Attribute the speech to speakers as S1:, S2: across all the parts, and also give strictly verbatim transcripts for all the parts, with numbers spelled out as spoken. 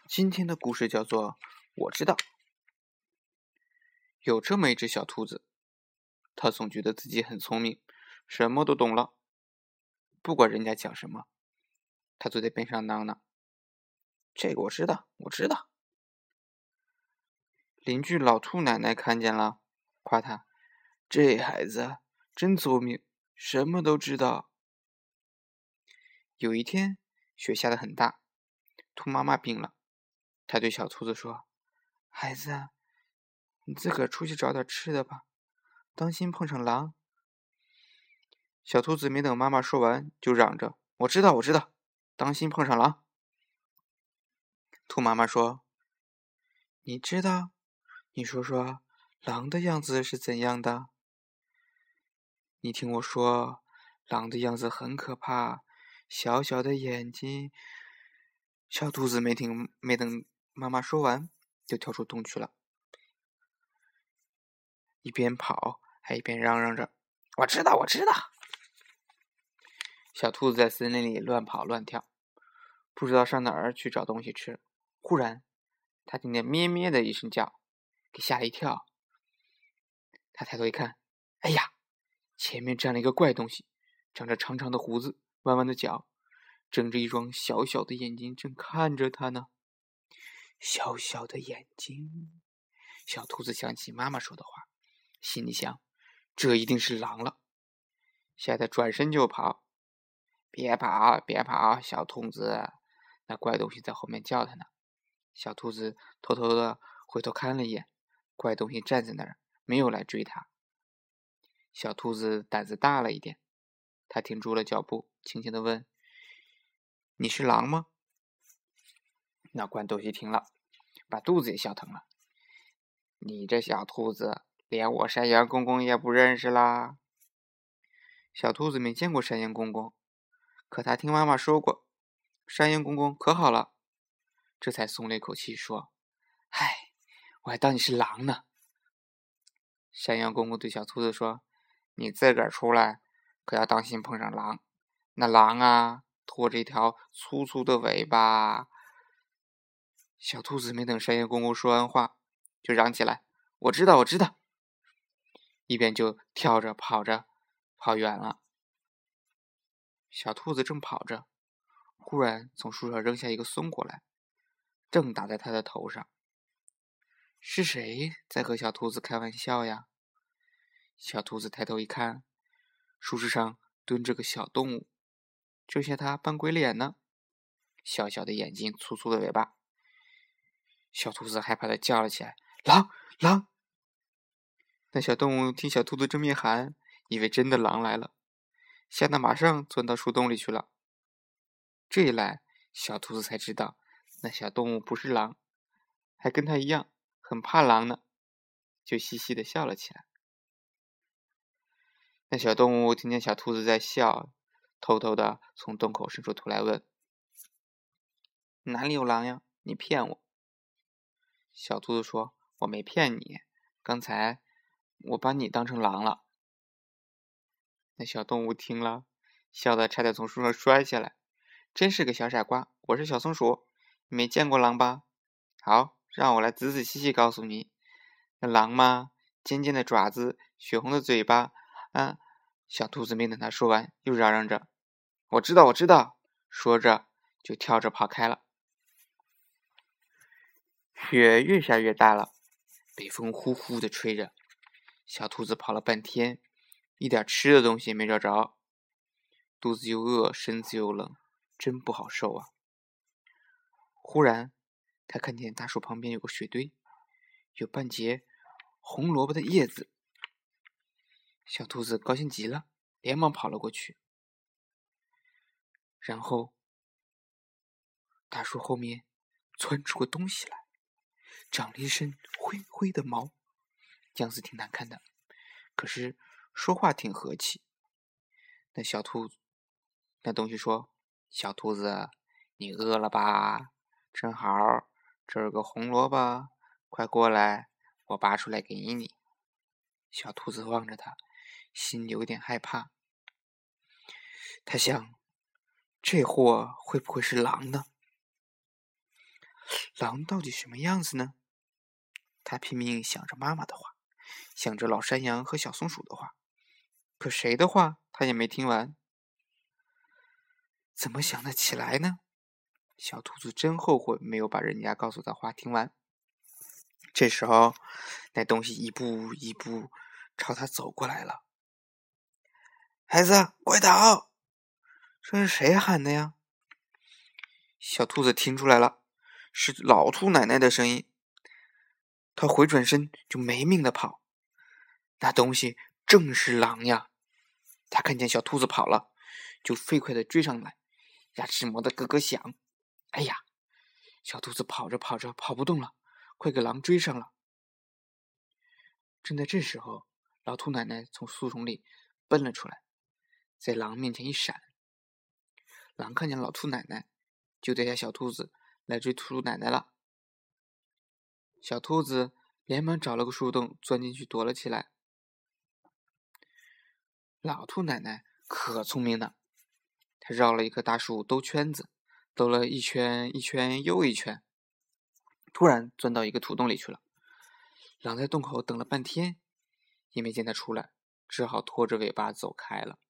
S1: 今天的故事叫做我知道。有这么一只小兔子，它总觉得自己很聪明，什么都懂了。不管人家讲什么，它坐在边上囔囔：这个我知道，我知道。邻居老兔奶奶看见了，夸他：这孩子真聪明，什么都知道。有一天，雪下得很大，兔妈妈病了，她对小兔子说：孩子，你自个儿出去找点吃的吧，当心碰上狼。小兔子没等妈妈说完，就嚷着：我知道，我知道，当心碰上狼。兔妈妈说：你知道？你说说狼的样子是怎样的？你听我说，狼的样子很可怕，小小的眼睛。小兔子没听，没等妈妈说完，就跳出洞去了，一边跑还一边嚷嚷着：我知道，我知道。小兔子在森林里乱跑乱跳，不知道上哪儿去找东西吃。忽然，它听见咩咩的一声叫，给吓了一跳。他抬头一看，哎呀，前面站了一个怪东西，长着长长的胡子，弯弯的脚，睁着一双小小的眼睛，正看着他呢。小小的眼睛，小兔子想起妈妈说的话，心里想，这一定是狼了，吓得转身就跑。别跑，别跑，小兔子，那怪东西在后面叫他呢。小兔子偷偷的回头看了一眼，怪东西站在那儿，没有来追他。小兔子胆子大了一点，它停住了脚步，轻轻地问：你是狼吗？那怪东西听了，把肚子也笑疼了。你这小兔子，连我山羊公公也不认识啦。小兔子没见过山羊公公，可他听妈妈说过，山羊公公可好了，这才松了一口气，说：唉，我还当你是狼呢。山羊公公对小兔子说：你自个儿出来，可要当心碰上狼。那狼啊，拖着一条粗粗的尾巴。小兔子没等山羊公公说完话，就嚷起来：我知道，我知道。一边就跳着跑着，跑远了。小兔子正跑着，忽然从树上扔下一个松果来，正打在他的头上。是谁在和小兔子开玩笑呀？小兔子抬头一看，树枝上蹲着个小动物，正向它扮鬼脸呢。小小的眼睛，粗粗的尾巴。小兔子害怕的叫了起来：狼，狼！那小动物听小兔子正面喊，以为真的狼来了，吓得马上钻到树洞里去了。这一来，小兔子才知道那小动物不是狼，还跟它一样很怕狼呢，就嘻嘻的笑了起来。那小动物听见小兔子在笑，偷偷的从洞口伸出头来问：哪里有狼呀？你骗我。小兔子说：我没骗你，刚才我把你当成狼了。那小动物听了，笑得差点从树上摔下来。真是个小傻瓜，我是小松鼠，你没见过狼吧？好，让我来仔仔细细告诉你。那狼嘛，尖尖的爪子，血红的嘴巴啊！小兔子没等他说完，又嚷嚷着：我知道，我知道！说着就跳着跑开了。雪越下越大了，北风呼呼地吹着，小兔子跑了半天，一点吃的东西也没找着，肚子又饿，身子又冷，真不好受啊。忽然，他看见大树旁边有个水堆，有半截红萝卜的叶子。小兔子高兴极了，连忙跑了过去。然后，大树后面窜出个东西来，长了一身灰灰的毛，样子挺难看的，可是说话挺和气。那小兔子，那东西说：小兔子，你饿了吧？正好这儿个红萝卜，快过来，我拔出来给你。小兔子望着它，心里有点害怕。他想，这货会不会是狼呢？ 狼到底什么样子呢？他拼命想着妈妈的话，想着老山羊和小松鼠的话，可谁的话他也没听完。怎么想得起来呢？小兔子真后悔没有把人家告诉的话听完。这时候，那东西一步一步朝他走过来了。孩子，快逃！这是谁喊的呀？小兔子听出来了，是老兔奶奶的声音。他回转身就没命的跑。那东西正是狼呀！他看见小兔子跑了，就飞快的追上来，牙齿磨得咯咯响。哎呀，小兔子跑着跑着跑不动了，快给狼追上了。正在这时候，老兔奶奶从树丛里奔了出来，在狼面前一闪。狼看见老兔奶奶，就带下小兔子来追兔奶奶了。小兔子连忙找了个树洞钻进去躲了起来。老兔奶奶可聪明了，她绕了一棵大树兜圈子，兜了一圈一圈又一圈，突然钻到一个土洞里去了。狼在洞口等了半天，也没见它出来，只好拖着尾巴走开了。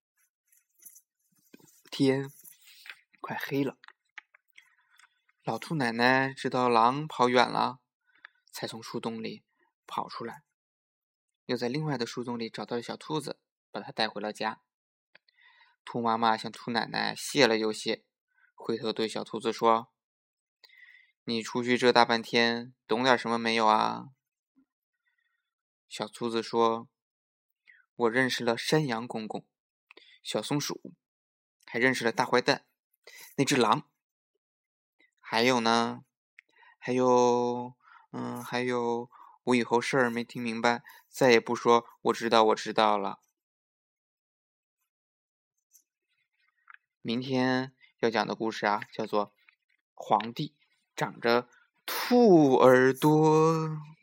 S1: 天快黑了，老兔奶奶知道狼跑远了，才从树洞里跑出来，又在另外的树洞里找到了小兔子，把它带回了家。兔妈妈向兔奶奶谢了又谢，回头对小兔子说：“你出去这大半天，懂点什么没有啊？”小兔子说：“我认识了山羊公公、小松鼠，还认识了大坏蛋那只狼。还有呢，还有，嗯，还有，我以后事儿没听明白，再也不说我知道我知道了。”明天要讲的故事啊，叫做《皇帝长着兔耳朵》。